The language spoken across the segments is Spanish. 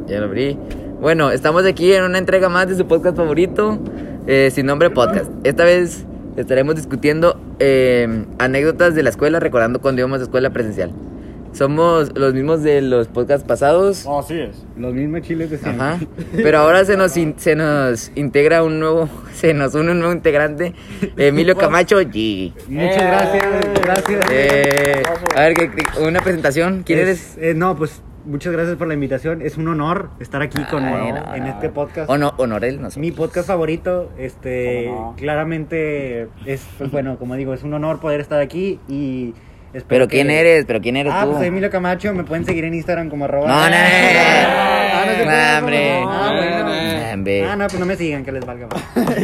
Ya lo abrí. Bueno, estamos aquí en una entrega más de su podcast favorito, Sin Nombre Podcast. Esta vez estaremos discutiendo anécdotas de la escuela, recordando cuando íbamos a escuela presencial. Somos los mismos de los podcasts pasados. Oh, sí es. Los mismos chiles de siempre. Ajá. Pero ahora se nos integra un nuevo, se nos une un nuevo integrante, Emilio Camacho G. Muchas gracias. A ver, una presentación. ¿Quién eres? No, pues muchas gracias por la invitación. Es un honor estar aquí en este podcast. Honorel, no sé. Mi podcast favorito, ¿Cómo no? claramente es, pues bueno, como digo, es un honor poder estar aquí y espero ¿Pero que... quién eres? ¿Pero quién eres tú? Pues Emilio Camacho, me pueden seguir en Instagram como @. No, no se puede, hombre. bueno. No, pues no me sigan, que les valga.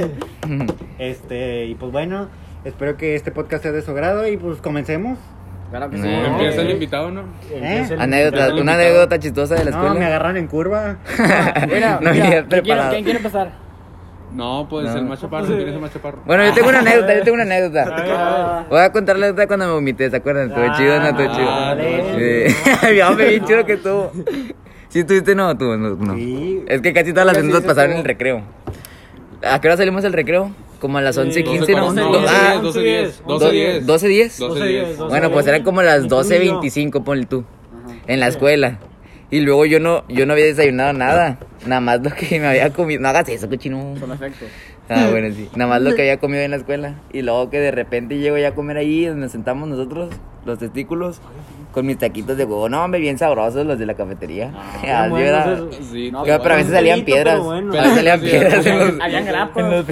Y pues bueno, espero que este podcast sea de su agrado y pues comencemos. Claro que sí. No. Empieza el invitado, ¿no? Una anécdota chistosa de la No, escuela. me agarran en curva. Mira, No mira, había preparado. ¿quién quiere empezar? No, pues No. el más chaparro, ¿quién es el más chaparro? Bueno, yo tengo una anécdota. Voy a contar la anécdota cuando me vomité, ¿se acuerdan? Estuvo chido, ¿no? Estuvo chido. dale. Sí. Hombre, bien chido que estuvo. ¿Sí estuviste? No, tú, no. Sí. Es que casi todas las Sí, anécdotas sí pasaron en el estuvo. recreo. ¿A qué hora salimos del recreo? Como a las 11:15, ¿no? 12:10. 12:10. 12:10. Bueno, pues eran como las 12:25, ponle tú. En la escuela. Y luego yo no había desayunado nada. Nada más lo que me había comido. No hagas eso, cochino. Son efectos. Ah, bueno, sí. Nada más lo que había comido en la escuela. Y luego que de repente llego ya a comer ahí donde nos sentamos nosotros, los testículos, con mis taquitos de huevo. No, hombre, bien sabrosos los de la cafetería. Así era. Sí, No, Pero a veces salían piedras. pero bueno. A veces salían piedras en los... Habían grapas. en los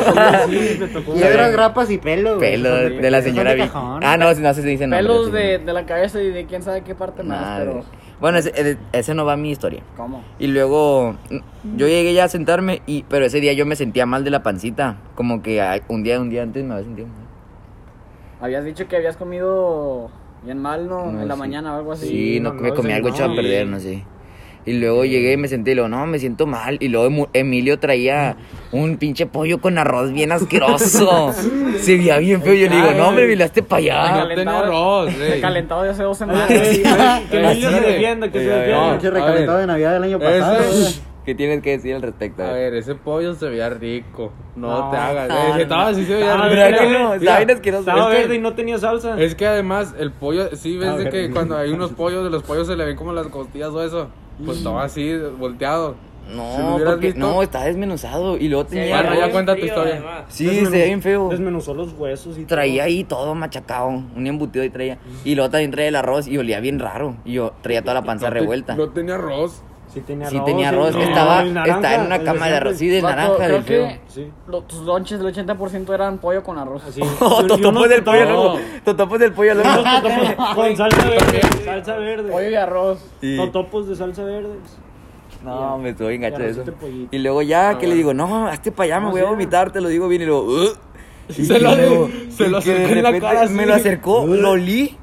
Piedras, grapas y pelo. pelos Son de la son señora Vicky. cajón. Ah, no se dicen nombres. Pelos sí. de la cabeza y de quién sabe qué parte más, Madre. pero... Bueno, ese no va a mi historia. ¿Cómo? Y luego yo llegué ya a sentarme, pero ese día yo me sentía mal de la pancita. Como que un día antes me había sentido mal. Habías dicho que habías comido bien mal, ¿no? No, En la sí. mañana o algo así. Sí, no, me comí algo echado a perder, no sé. Y luego llegué y me senté y luego, no, me siento mal. Y luego Emilio traía un pinche pollo con arroz bien asqueroso. Se veía bien feo. Yo le digo, no, hombre, milaste para allá. No tenía arroz, Recalentado de hace 2 semanas. Que Emilio se defienda, que se No, defienda. Pinche recalentado de Navidad del año pasado. ¿Qué tienes que decir al respecto? A ver, ese pollo se veía rico. No, No. te hagas. No, Estaba así, se veía ¿Verdad rico. que no? Mira, Está bien asqueroso. Estaba Es que- verde y no tenía salsa. Es que además el pollo, sí, ves de verde. que cuando hay unos pollos, de los pollos se le ven como las costillas o eso. Pues estaba así, volteado. Si lo No, hubieras porque visto- no, está desmenuzado. Y luego tenía... Bueno, ya cuenta tu historia. Sí, se veía bien feo. Desmenuzó los huesos y Traía ahí todo machacado, un embutido ahí traía. Y luego también traía el arroz y olía bien raro. Y yo traía toda la panza revuelta. No tenía arroz. Sí tenía Sí tenía arroz, estaba en una cama de arroz, sí, de Vato, naranja, creo del feo. que Sí. tus lonches del 80% eran pollo con arroz. Así. Oh, totopos del pollo no. loco. Totopos del pollo loco. Con salsa verde. Salsa verde. Pollo y arroz. Y- Totopos de salsa verde. No, me estuvo bien gacho Y eso. arrocito de pollito. Y luego ya que le digo, no, hazte para allá, me voy a vomitar, te lo digo bien. Y luego, y Se lo- se lo que de acercó en la repente cara así. me lo acercó, lo olí.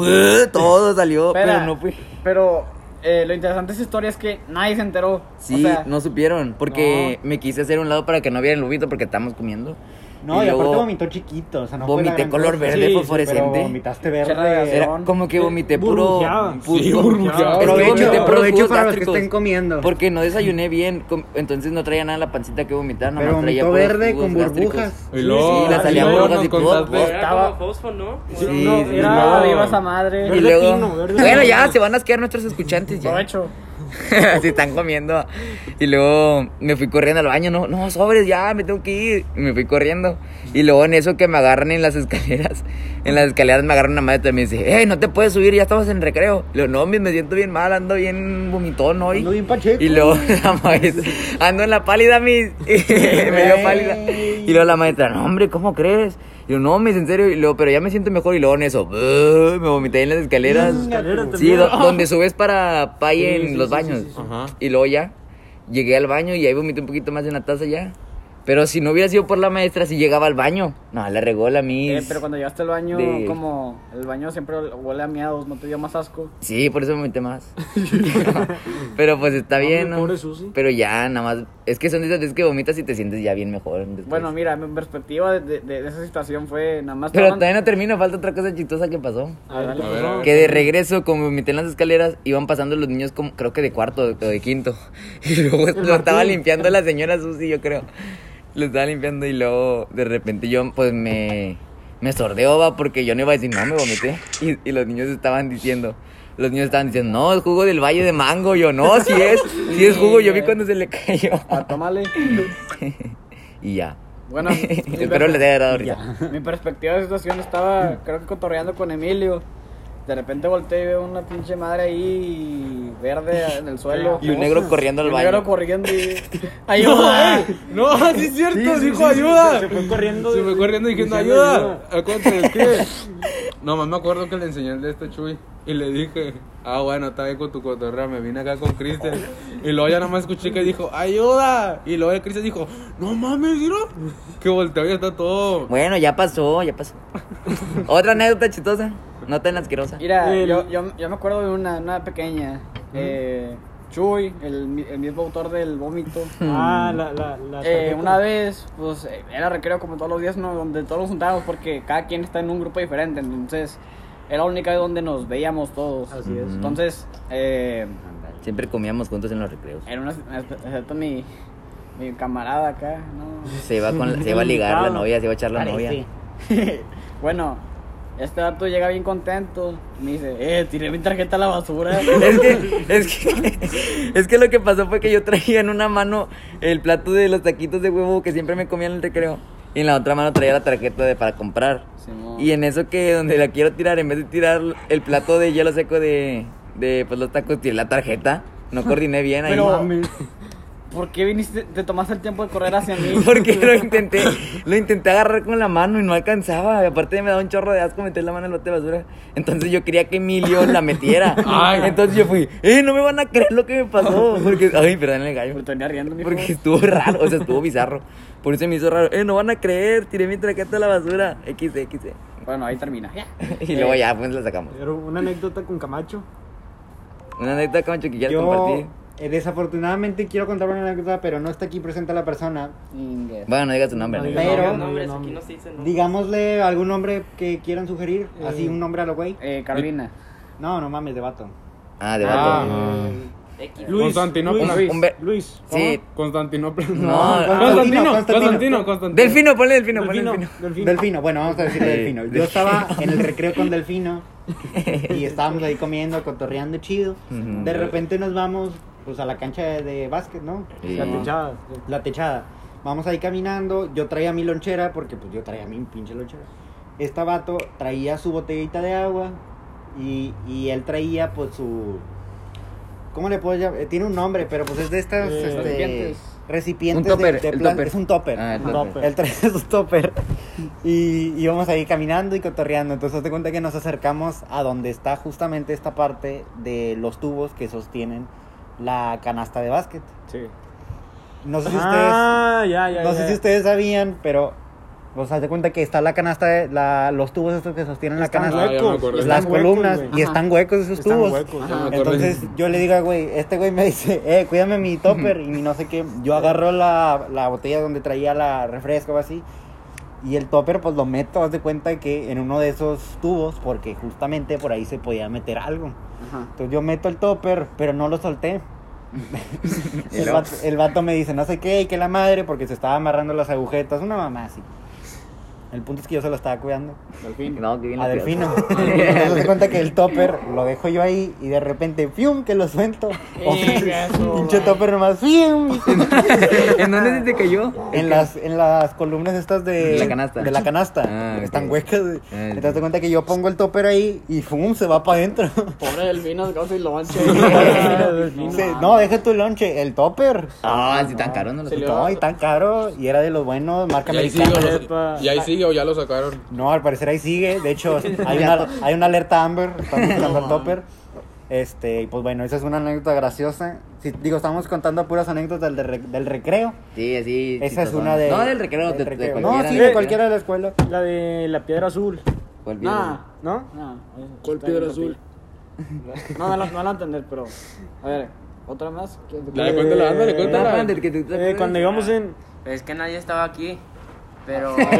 Todo salió, Espera, pero no fui. Pero lo interesante de esa historia es que nadie se enteró. Sí, O sea, no supieron, porque me quise hacer un lado para que no vieran el vomito porque estábamos comiendo. No, y aparte luego vomitó chiquito, o sea, no fue vomité la gran color cosa. verde Sí, fosforescente. pero vomitaste verde. Chela, Era como que vomité puro. Burbujeaba. Sí, burbujeaba. Es que Provecho, vomité puros provecho jugos para los que gástricos. estén comiendo. Porque no desayuné bien, entonces no traía nada en la pancita que vomitar, Pero nomás traía vomitó puros verde jugos con gástricos. burbujas. Y luego, sí, le salían y luego burbujas nos y todo. contaste- estaba fósforo, ¿no? Sí, No, sí, era- no. viva esa madre. Y Verde luego, pino, verde bueno, pino. ya se van a asquear nuestros escuchantes ya. Provecho. Se están comiendo. Y luego me fui corriendo al baño, no, sobres, ya, me tengo que ir. Y me fui corriendo. Y luego en eso que me agarran en las escaleras me agarran una maestra y me dice, no te puedes subir, ya estamos en recreo. Y luego, no, me siento bien mal, ando bien vomitón hoy. Ando bien pacheco. Y luego la maestra, ando en la pálida, me dio pálida. Y luego la maestra, no, hombre, ¿cómo crees? Y yo, no, me en serio. Y luego, pero ya me siento mejor. Y luego en eso, me vomité en las escaleras. Sí, donde subes para en los baños. Ajá. Y luego ya llegué al baño y ahí vomité un poquito más en la taza ya. Pero si no hubiera sido por la maestra, si llegaba al baño. No, le regó la Miss. Pero cuando llegaste al baño, de- como el baño siempre huele a miados, ¿no te dio más asco? Sí, por eso me metí más. Pero pues está bien, ¿no? Pobre Susi. Pero ya, nada más. Es que son de esas veces que vomitas y te sientes ya bien mejor. después. Bueno, mira, mi perspectiva de esa situación fue nada más... Pero estaban- todavía no termino, falta otra cosa chistosa que pasó. A ver, ¿qué A ver, pasó? a ver. Que de regreso, como vomité en las escaleras, iban pasando los niños como, creo que de cuarto o de quinto. Y luego lo estaba Martín. limpiando la señora Susi, yo creo. Lo estaba limpiando y luego de repente yo pues me sordeo, va, porque yo no iba a decir, no, me vomité. Y los niños estaban diciendo, no, es jugo del Valle de Mango. Yo, no, sí es jugo, yo vi cuando se le cayó. Ah, tómale. Y ya. Bueno, Espero les haya dado risa. mi perspectiva de la situación estaba, creo que cotorreando con Emilio. De repente volteé y veo una pinche madre ahí verde en el suelo. Y un negro corriendo al Y un baño. negro corriendo y... ¡Ayuda! No, sí es cierto, Sí, dijo sí, ayuda. Se fue corriendo. Se fue corriendo diciendo ayuda. Acuérdate, ¿qué? Nomás me acuerdo que le enseñé el de este Chuy. Y le dije, bueno, está bien con tu cotorrea, me vine acá con Cristian. Y luego ya nada más escuché que dijo, ayuda. Y luego el Cristian dijo, no mames, mira. Que volteó y ya está todo. Bueno, ya pasó. Otra anécdota chistosa, no tan asquerosa. Mira, El- yo me acuerdo de una pequeña. Chuy, el mismo autor del vómito. Ah, la tarjeta. Una vez, pues era recreo como todos los días, ¿no? Donde todos nos juntábamos porque cada quien está en un grupo diferente. Entonces, era la única vez donde nos veíamos todos. Así es. Entonces, Siempre comíamos juntos en los recreos. era excepto mi camarada acá, ¿no? Se iba a ligar la novia, se iba a echar la novia. Bueno, este vato llega bien contento. Me dice, tiré mi tarjeta a la basura. Es que lo que pasó fue que yo traía en una mano el plato de los taquitos de huevo que siempre me comía en el recreo. Y en la otra mano traía la tarjeta para comprar. Simón. Y en eso que donde la quiero tirar, en vez de tirar el plato de hielo seco de pues los tacos, tiré la tarjeta. No coordiné bien ahí. Pero, ¿por qué viniste, te tomaste el tiempo de correr hacia mí? Porque lo intenté agarrar con la mano y no alcanzaba. Y aparte me daba un chorro de asco meter la mano en el bote de basura. Entonces yo quería que Emilio la metiera. Ay. Entonces yo fui, no me van a creer lo que me pasó. Porque, perdón el gallo. Me tenía riendo, mijo. Porque estuvo raro, o sea, estuvo bizarro. Por eso me hizo raro. No van a creer, tiré mi tarjeta a la basura. XD. Bueno, ahí termina. Ya. Y luego ya, pues la sacamos. Era una anécdota con Camacho. Una anécdota, Camacho, que quieras Yo, compartir. desafortunadamente, quiero contar una anécdota, pero no está aquí presente la persona. Ingue. Bueno, no digas tu nombre. No ¿no? digas Pero- nombres, Nombres, no. aquí no se dicen nombres. Dígamosle algún nombre que quieran sugerir. Así, un nombre a lo güey. Carolina. No mames, de vato. Ah, de vato. X. Constantinopla. Luis. Sí. Constantinopla. No, Constantino. Delfino, ponle Delfino. Delfino, bueno, vamos a decirle Sí. Delfino. Yo estaba en el recreo con Delfino y estábamos ahí comiendo, cotorreando chido. Ujú. De repente nos vamos pues a la cancha de básquet, ¿no? Sí. La techada. La techada. Vamos ahí caminando, yo traía mi lonchera porque pues yo traía mi pinche lonchera. Este vato traía su botellita de agua y él traía pues su... ¿Cómo le puedo llamar? Tiene un nombre, pero pues es de estas Recipientes. recipientes Un topper, de el plan- topper. es un topper. Ah, el Ajá. topper. Él trae su topper y íbamos ahí caminando y cotorreando. Entonces hazte cuenta que nos acercamos a donde está justamente esta parte de los tubos que sostienen la canasta de básquet. Sí. No sé si ustedes Ya. no sé si ustedes sabían, pero pues haz de cuenta que está la canasta, los tubos estos que sostienen la Están canasta, ya me acordé. huecos. las están huecos, columnas, güey. y están huecos esos Están tubos. huecos. Ajá. me Entonces yo le digo, güey, este güey me dice, cuídame mi topper y mi no sé qué. Yo agarro la botella donde traía la refresco o así. Y el topper pues lo meto, haz de cuenta que en uno de esos tubos, porque justamente por ahí se podía meter algo. Ajá. Entonces yo meto el topper, pero no lo solté. El vato me dice no sé qué y que la madre porque se estaba amarrando las agujetas, una mamá así. El punto es que yo se lo estaba cuidando Delfín. No, que bien a lo Delfino. cuidas. Me doy cuenta que el topper lo dejo yo ahí y de repente ¡fium! Que lo suelto. Pinche topper nomás ¡fium! ¿En dónde se te cayó? En las columnas estas de La canasta. De la canasta. Ah, Están ok. huecas. Güey. Ah, Entonces te das cuenta que yo pongo el topper ahí y ¡fum! Se va para adentro. Pobre Delfino, casi lo mancha. No, deja tu lonche, el topper. Ah, si tan caro no lo Se le sé. va- No, y tan caro. Y era de los buenos, marca Y ahí sigue, americana. y ahí sigue o ya lo sacaron. No, al parecer ahí sigue. De hecho, hay una alerta Amber. Están buscando el topper. Y pues bueno, esa es una anécdota graciosa Digo, estamos contando puras anécdotas del recreo. Sí, así. Esa es chistosón. una de... No, del recreo, del de recreo. cualquiera. No, sí, de cualquiera de la escuela. La de la piedra azul. ¿Cuál piedra? Nah, ¿No? no. ¿Cuál piedra azul? No van a entender, pero. A ver, ¿otra más? Dale, cuéntala, ándale, No, cuéntala. Juan, del que tú te acuerdas. Cuando íbamos en... Es que nadie estaba aquí. Pero. No,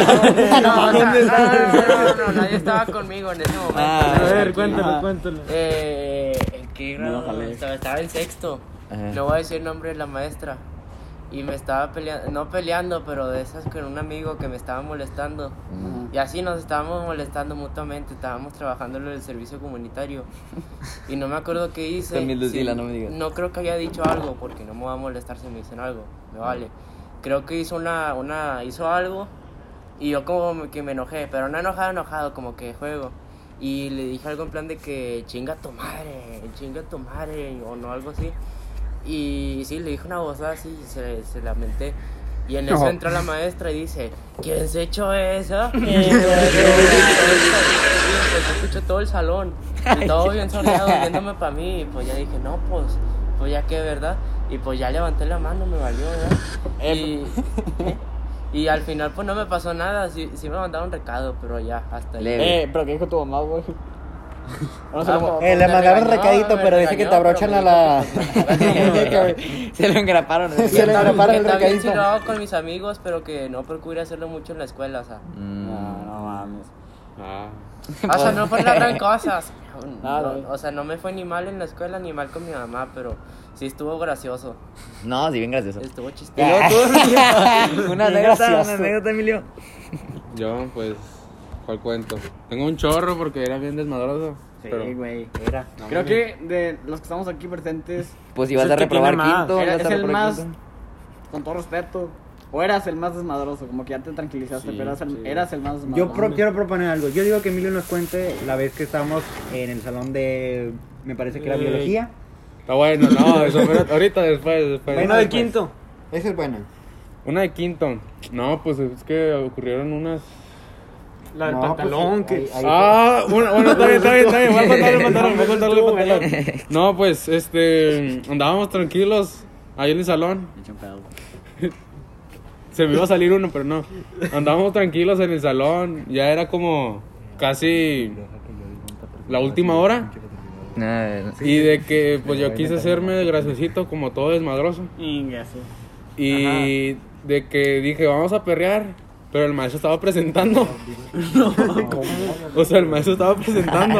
nadie estaba conmigo en ese momento. Ah, A ver, ok. cuéntalo. ¿En qué grado? Estaba en sexto. Ajá. No voy a decir el nombre de la maestra. Y me estaba peleando, no peleando, pero de esas con un amigo que me estaba molestando. Y así nos estábamos molestando mutuamente. Estábamos trabajando en el servicio comunitario. Y no me acuerdo qué hice. Con mi Lucila, no me digas. No creo que haya dicho algo, porque no me va a molestar si me dicen algo. Me vale. Creo que hizo hizo algo. Y yo como que me enojé, pero no enojado, como que juego. Y le dije algo en plan de que chinga tu madre, o no, algo así. Y sí, le dije una voz así, se lamenté. Y en eso entró la maestra y dice, ¿quién se echó eso? Y pues escucho todo el salón, y todo bien soleado viéndome para mí. Y pues ya dije, no, pues ya que, ¿verdad? Y pues ya levanté la mano, me valió, ¿verdad? Y al final pues no me pasó nada, sí me mandaron recado, pero ya, hasta ahí. Leve. Pero ¿qué dijo tu mamá, güey? Le mandaron recadito, pero dice que te abrochan a la... Se lo engraparon. Se le engraparon el También sí recadito. lo hago con mis amigos, pero que no procure hacerlo mucho en la escuela, o sea. No mames. Ah. O sea, no fue la gran cosa. Nada. O sea, no me fue ni mal en la escuela ni mal con mi mamá, pero sí estuvo gracioso. No, sí, bien gracioso. Estuvo Y chistoso. luego tú, una Bien anécdota, gracioso. Emilio. Yo, pues, ¿cuál cuento? Tengo un chorro porque era bien desmadroso. Sí, pero güey. Era. Creo que de los que estamos aquí presentes, Pues ibas Es a el que reprobar tiene más. quinto. ibas a es el reprobar más, quinto. con todo respeto, o eras el más desmadroso, como que ya te tranquilizaste, Sí, pero sí. eras el más desmadroso. Quiero proponer algo. Yo digo que Emilio nos cuente la vez que estábamos en el salón de... Me parece que era biología. Está bueno, no, eso fue ahorita después. Bueno, Una de después. quinto. Esa es buena. Una de quinto. No, pues es que ocurrieron unas... La del No, pantalón, pues, que... ahí- Ah, bueno, está bien. Voy a contar el pantalón. No, pues, andábamos tranquilos ahí en el salón. Se me iba a salir uno, pero no. Andábamos tranquilos en el salón. Ya era como casi la última hora. No, Y de que, pues yo quise hacerme de graciosito, como todo desmadroso. Ingaso. Y de que dije, vamos a perrear. Pero el maestro estaba presentando. O sea, el maestro estaba presentando.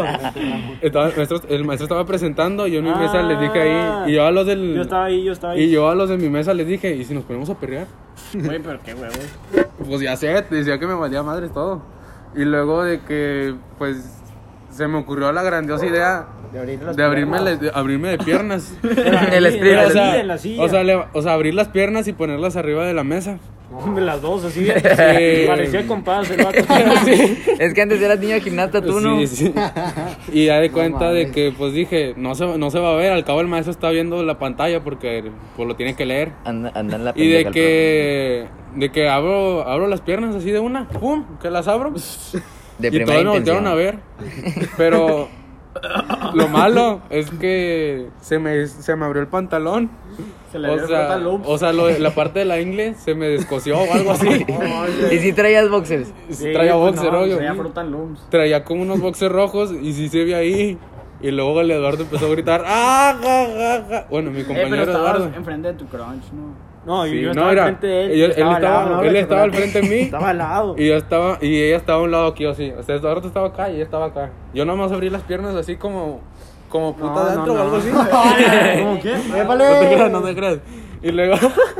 El maestro estaba presentando. Y yo en mi mesa les dije ahí. Y yo a los del. Yo estaba ahí. Y yo a los de mi mesa les dije, ¿y si nos ponemos a perrear? Güey, pero qué huevos. Pues ya sé, te decía que me valía madres todo. Y luego de que, pues, se me ocurrió la grandiosa idea de abrirme de piernas. El espíritu. O sea, en la silla. o sea, abrir las piernas y ponerlas arriba de la mesa. Las dos, así. Sí. Parecía compás el vato. Es que antes eras niño de gimnasta, tú, ¿no? Sí, sí. Y ya de cuenta de que, pues dije, no se va a ver. Al cabo el maestro está viendo la pantalla porque pues, lo tiene que leer. Anda en la Y pendeja de que abro las piernas así de una, pum, que las abro. De Y primera todos me intención. voltearon a ver. Pero lo malo es que se me abrió el pantalón. Se le dio Fruta Loops. O sea, la parte de la ingle se me descosió o algo así. ¿Y si traías boxers? Traía pues boxer, no, obvio. Traía Fruta Loops. Traía como unos boxers rojos y sí se ve ahí. Y luego el Eduardo empezó a gritar, ¡ah, ja, ja, ja! Bueno, mi Pero compañero estabas Eduardo. enfrente de tu crunch, ¿no? No, Sí, yo no, estaba era- enfrente de él. él estaba al lado, él estaba al frente de mí. Estaba al lado. Y ella estaba a un lado aquí así. O sea, Eduardo estaba acá y ella estaba acá. Yo nomás abrí las piernas así como puta No, de antro no, o algo no. así. ¿Cómo qué? No te creas. Y luego,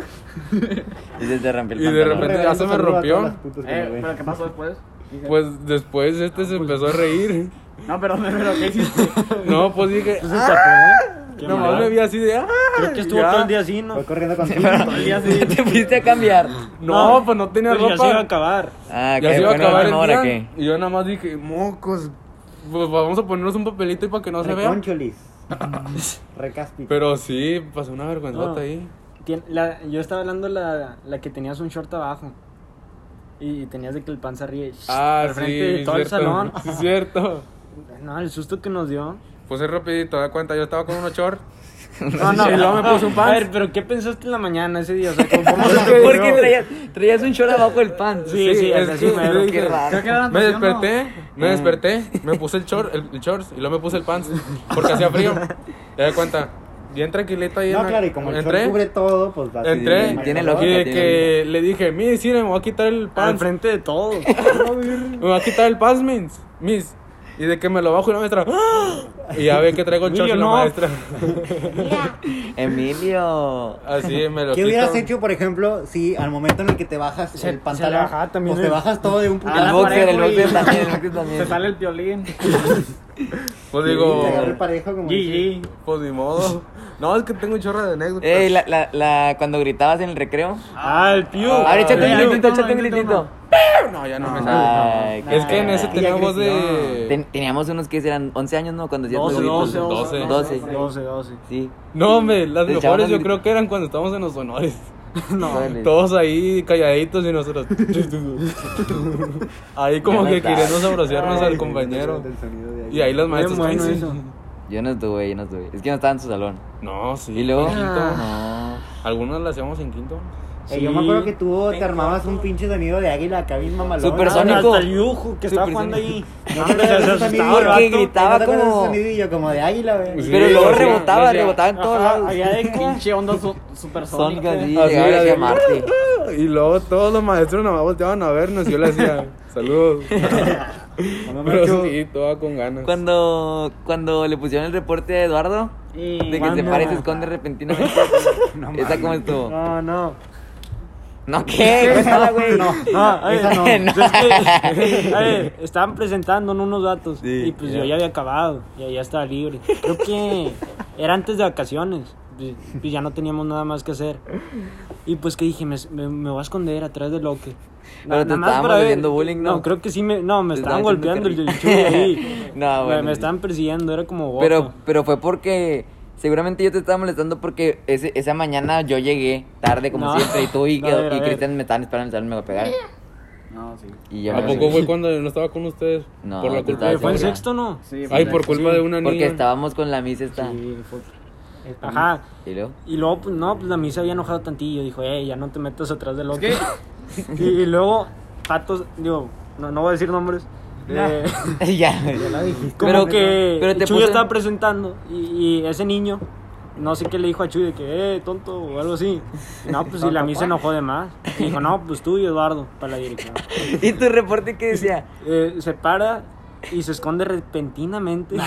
Y se te rompió el y de pantalón. repente ya se me rompió. Pero ¿qué pasó después? Pues después se empezó a reír. No, pero ¿qué hiciste? No, pues dije, Se tapó. Qué nomás mal. me vi así de, Creo que estuvo ya. todo el día así, ¿no? Fue corriendo contigo. Todo el día así. ¿Te fuiste a cambiar? No, pues no tenía Pues ya se iba a ropa. acabar. Ah, Ya ¿qué? se iba a Bueno, acabar el ¿ahora día. qué? Y yo nada más dije, mocos, pues vamos a ponernos un papelito y para que no se vea. Reconcholis. Recaspi. Pero sí, pasó una vergüenzota No. ahí. Yo estaba hablando la que tenías un short abajo. Y tenías de que el panza ríe. Ah, al frente sí, de todo el cierto. salón. Sí, cierto. No, el susto que nos dio. Pues es rapidito, da cuenta, yo estaba con unos shorts No. Y luego me puse un A pants. ver, pero ¿qué pensaste en la mañana ese día? O sea, ¿cómo se te Porque ocurrió? traías un short abajo del pan. Sí, es así que mero. le Qué dije, raro. Creo que era Me natación, desperté, me puse el shorts y luego me puse el pants porque hacía frío. Te das cuenta, bien tranquilito ahí. No, en la- claro, y como el short entré, cubre todo, pues así. entré, tiene y lógica, de tiene que le dije, Miss, sí, me voy a quitar el Al pants. frente de todos. Me voy a quitar el pants, Miss. Y de que me lo bajo y la maestra, ¡ah! Y ya ve que traigo el short y la Emilio, no. maestra. Emilio. Así me lo ¿Qué quito. hubieras hecho, por ejemplo, si al momento en el que te bajas Se- el se pantalón, le bajaba también pues te el- bajas todo de un Ah, putazo? El la boxer, el parejo y- boxer también, el boxer también. Se sale el violín. Pues Y digo, te agarra el parejo como dice. GG. pues ni modo. No, es que tengo un chorro de anécdotas. Ey, cuando gritabas en el recreo. El Piu. A ver, échate un Ya, gritito, no, échate un no, gritito. No, ya no me Ay, sale. qué Es que en ese ya tenía voz creció. de... Teníamos unos que eran 11 años, ¿no? Cuando hacías 12, los gritos. 12. 12. 12. Sí. No, hombre, las Te mejores echaban yo un creo que eran cuando estábamos en los honores. No. Órale. Todos ahí calladitos y nosotros. Ahí como Ya que no está. queriendo saborearnos Ay, al compañero. del sonido de ahí. Y ahí los maestros. Bien bueno "Ay, sí". eso. Yo no estuve. Es que no estaba en su salón. No, sí. Y luego. en quinto. No. Algunos lo hacíamos en quinto. Yo me acuerdo que tú te armabas un pinche sonido de águila acá bien mamalón. Supersónico. Hasta el yujo que estaba Supersónico. jugando ahí. No te acuerdas de ese sonido, Porque vato? gritaba ¿No te acuerdas de ese como- sonidillo como de águila, güey? Sí, Pero luego o sea, rebotaba decía, en todos Ajá, lados. allá de Pinche onda supersónica. Sónica, sí, Así llegaba era a de- llamarte. Y luego todos los maestros nomás volteaban a vernos y yo le decía, saludos. No me Pero acuerdo. sí, toda con ganas. Cuando le pusieron el reporte a Eduardo, Y de que se cuando- para y se esconde repentinamente. ¿Esa cómo estuvo? No. ¿No qué? Cuéntala, güey. No, Esa no. Pues es que, a ver, estaban presentando ¿no? unos datos Sí, y pues ya. yo ya había acabado, ya estaba libre. Creo que era antes de vacaciones, pues ya no teníamos nada más que hacer. Y pues que dije, me voy a esconder atrás del locker. Pero te Nada más estábamos para ver. haciendo bullying, ¿no? No, creo que sí me Te estaban estaban golpeando haciendo el chuy ahí. No, bueno, me sí. estaban persiguiendo, era como boca. Pero fue porque seguramente yo te estaba molestando porque esa mañana yo llegué tarde como No. siempre y tú y, No, a ver, a ver. Cristian me estaban esperando en el salón y me iba a pegar. No, sí. Y yo ¿A me poco fui. fue cuando yo no estaba con ustedes? No, por la tú culpa de estabas ¿Fue en sola. sexto no? Sí, Ay, por culpa de una niña. Porque estábamos con la misa esta. Sí, fue. Ajá. ¿Y luego? Y luego, pues no, pues la misa había enojado tantillo. Dijo, ya no te metas atrás del locker. Y luego, patos, digo, no voy a decir nombres. Ya. Como Pero- que pero te Chuy puso- estaba presentando y ese niño, no sé qué le dijo a Chuy de que, tonto o algo así. Y no, pues sí, la misa se enojó de más. Y dijo, no, pues tú y Eduardo para la dirección. ¿Y tu reporte qué decía? Se para y se esconde repentinamente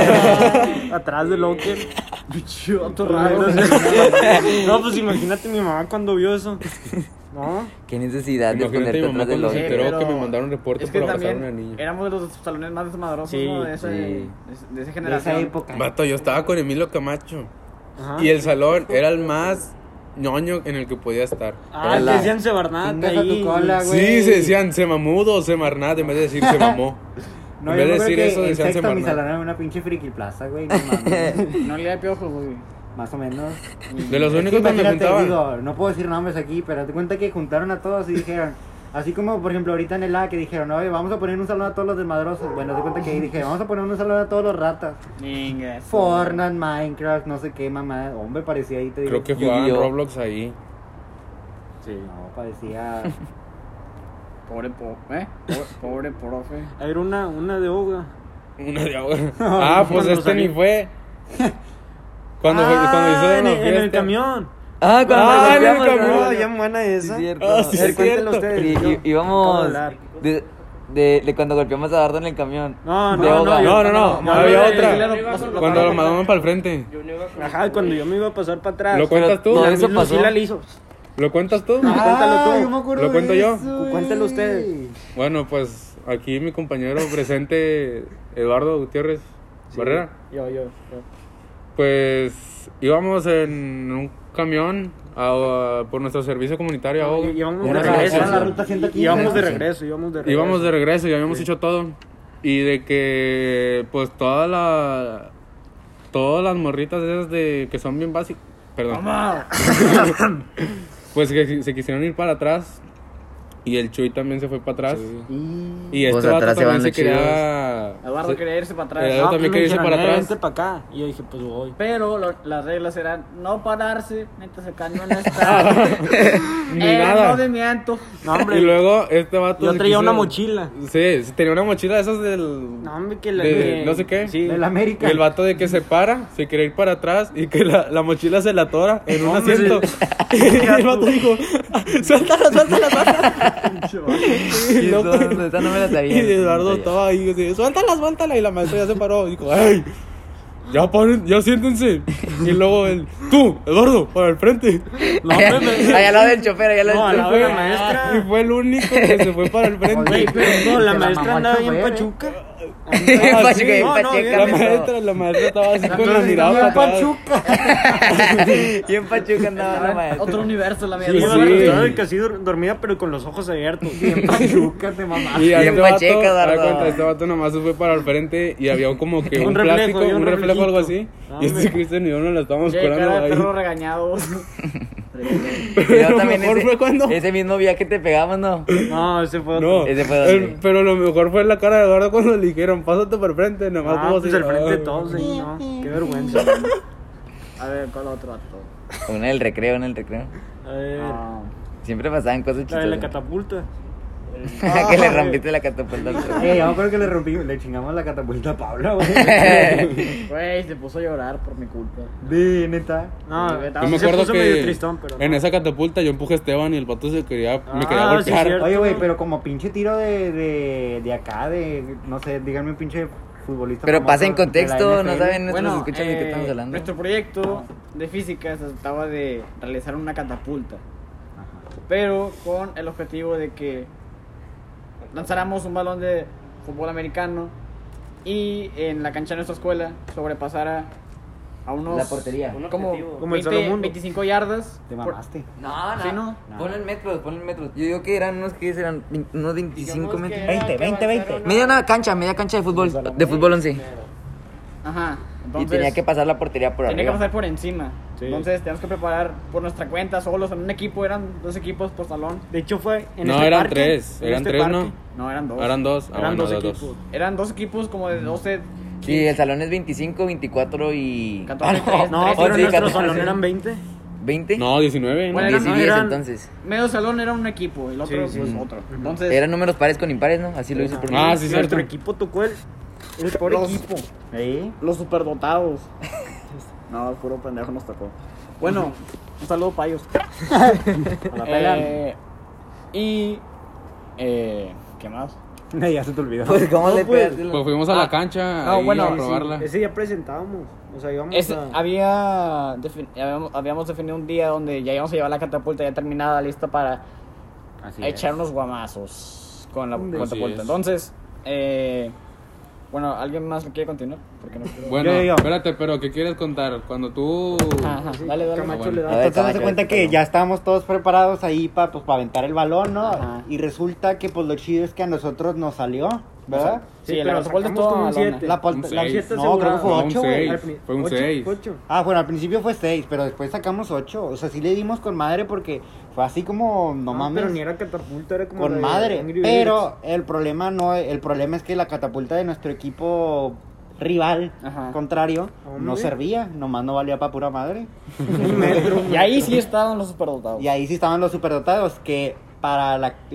atrás del locker. Bichoto raro. No, pues imagínate mi mamá cuando vio eso. No. ¿Qué necesidad de Imagínate mi esconderte mamá atrás del cuando se locker? enteró que pero me mandaron reporte Es que por abrazar a también una niña. éramos de los salones más desmadrosos, Sí, ¿no? De esa De esa generación. época. Vato, yo estaba con Emilio Camacho. Ajá. Y el salón era el más ñoño en el que podía estar. Ah, Era que decían Sebarnat Chingas a ahí. tu cola, güey. Sí, se decían semamudo o semarnat en vez de decir se mamó. No, en yo vez de me acuerdo decir que eso, en decían sexto mi semarnat. salón era una pinche friki plaza, güey. No mames. No le da piojos, güey. Más o menos. De los Es únicos que me imagínate, juntaban. digo, no puedo decir nombres aquí, pero te cuenta que juntaron a todos y dijeron, así como por ejemplo ahorita en el A que dijeron, oye, vamos a poner un salón a todos los desmadrosos. Bueno, te cuenta que ahí dije, vamos a poner un salón a todos los ratas. Ningues. Fortnite, Minecraft, no sé qué, mamá. Hombre, parecía ahí, te digo. Creo que jugaban Yu-Gi-Oh. Roblox ahí. No, parecía. Pobre profe. Era una de hoga. Una de agua. Ah, pues Cuando este ni salí. fue. Cuando hizo en, la en el fiesta. camión. Ah, cuando Ah, en el golpeamos, camión, ¿no? bien buena esa. Sí, cierto. Ah, sí, A ver, es cuéntenlo cierto. ustedes. Y- yo y- acabo íbamos de hablar. de cuando golpeamos a Dardo en el camión. No, De no, hoga. no, No, había otra. Cuando Cuando lo mandaban para el frente. Ajá, cuando yo me iba a pasar para atrás. ¿Lo cuentas tú? No, La eso misma pasó. sí la hizo. ¿Lo cuentas tú? Cuéntalo tú. Yo me acuerdo ¿Lo de cuento yo? eso, güey. Cuéntalo usted. Bueno, pues aquí mi compañero presente, Eduardo Gutiérrez Barrera. Yo. Pues íbamos en un camión por nuestro servicio comunitario a Ahoga. Íbamos Era de la- regreso. era la ruta 115. Íbamos de Sí. regreso. Íbamos de regreso, ya habíamos hecho todo. Y de que, pues, todas las morritas esas de que son bien básicas. Perdón. Pues que se quisieron ir para atrás. Y el Chuy también se fue para atrás. Y... Y este Pues vato atrás se también van se los quería... Eduardo quería irse para atrás. Yo también quería irse para atrás. Vente para acá. Y yo dije, pues voy. Pero las reglas eran no pararse mientras el cañón está Ni en nada. movimiento. No, hombre. Y luego este vato... Yo se traía quiso- una mochila. Sí, tenía una mochila de esas del... No, hombre, que la. de no sé qué. Sí. del América. Y el vato de que se para, se quiere ir para atrás y que la mochila se la atora en un Hombre, asiento. Y el vato dijo, suéltala. Y loco. esa no me la sabía. Y Eduardo estaba ahí, así, suéltala. Y la maestra ya se paró. Y dijo, ¡ay! Ya paren, ya siéntense. Y luego él, tú, Eduardo, para el frente. No, hombre, me. Allá al lado del chofer, allá al No, lado al del lado de chofer. la maestra. Y fue el único que se fue para el Güey, frente. pero no, la Se la maestra mamó andaba el bien chofer, pachuca. Ah, Pachuca, sí. bien no, pacheca, La pero- maestra estaba así con la Entonces, mirada bien para atrás. pachuca. Bien pachuca andaba la maestra. Otro universo la Sí, mierda. sí. Estaba casi dormida, pero con los ojos abiertos. Bien pachuca, te mamá. Y a Bien este vato, pacheca, haz de Dardo. cuenta, este vato nomás se fue para el frente y había como que Un un reflejo, plástico, había un un reflejo o algo así. reflejito. Y este Cristian y yo nos la estábamos Che, curando cara de ahí. perro regañado. Y yo Lo también mejor fue cuando... ese mismo viaje te pegamos, ¿no? No, ese fue No, otro. Ese fue donde- pero lo mejor fue la cara de Eduardo cuando le dijeron, pásate por el frente, nomás Ah, como pues si- al frente de ah. todos ahí, ¿no? Qué vergüenza. A ver, ¿cuál otro acto? Una en el recreo. A ver, Siempre pasaban cosas la de la chistosas. catapulta. Que le rompiste la catapulta al chofer. Yo me acuerdo que le chingamos la catapulta a Pablo, güey. Güey, se puso a llorar por mi culpa. De neta. No, Sí, Yo me se acuerdo puso medio que tristón, pero en no. esa catapulta yo empujé a Esteban y el pato me quería Ah, sí, golpear. cierto. Oye, güey, pero como pinche tiro de acá, no sé, díganme un pinche futbolista. Pero famoso pasa en de la contexto, no NFL. saben, nuestros Bueno, escuchan de qué estamos hablando. nuestro proyecto de física se trataba de realizar una catapulta, pero con el objetivo de que lanzáramos un balón de fútbol americano y en la cancha de nuestra escuela sobrepasara a unos La portería. como, Como el 20, Salomundo. 25 yardas. Te por- mamaste. No, no. Sí, no. Ponle en metros. Yo digo que eran unos unos 25 Digamos que metros. era 20, que 20, 20. avanzaron Media cancha de fútbol 11. Ajá. Y Entonces, tenía que pasar la portería por tenía que arriba. pasar por encima. Sí. Entonces teníamos que preparar por nuestra cuenta solos en un equipo, eran 2 equipos por salón. De hecho fue en No, este eran parque, tres, en eran este tres, parque. ¿no? No, eran 2. Eran dos. Ah, Eran bueno, dos de equipos. Eran 2 equipos como de 12. Sí, el salón es 25, 24 y... 14, No, Tres, pero sí, nuestro 14. salón eran 20. 20. No, 19. ¿no? Bueno, 10 y no, 10 eran- entonces. Medio salón era un equipo, el otro Sí, pues sí. otro. Entonces, Eran números pares con impares, ¿no? Así lo hice por mí. Ah, sí, Nuestro cierto. equipo tocó el peor Los- equipo. ¿Sí? los superdotados. No, el puro pendejo nos tocó. Bueno, un saludo para ellos. A la pela. ¿Qué más? Ya se te olvidó. Pues, ¿cómo No, le pues, pegaste? Pues fuimos a la cancha no, ahí bueno, a sí, probarla. Ese día presentábamos. O sea, íbamos a... Habíamos definido un día donde ya íbamos a llevar la catapulta ya terminada, lista para Así echar es. unos guamazos con la Así catapulta. es. Entonces, bueno, ¿alguien más quiere continuar? Porque no quiero... Bueno, Yo. espérate, pero ¿qué quieres contar? Cuando tú... Ajá, dale, dale. Camacho bueno. le da. A ver, Entonces, haz de cuenta que ya estábamos todos preparados ahí para aventar el balón, ¿no? Ajá. Y resulta que, pues, lo chido es que a nosotros nos salió, ¿verdad? Sí, Sí, la pero catapulta sacamos estuvo como un malona. 7. La Un la seis. siete No, creo que fue No, un 8, güey. seis. Fue un 6. 8. Ah, bueno, al principio fue 6, pero después sacamos 8. O sea, sí le dimos con madre porque fue así como, no mames, Pero ni era catapulta, era como... la con de madre. Angry Pero el problema es que la catapulta de nuestro equipo rival, Ajá. contrario, no Hombre. servía, nomás no valía para pura madre. Birds. Un metro. Y ahí sí estaban los superdotados. Y ahí sí estaban los superdotados, que para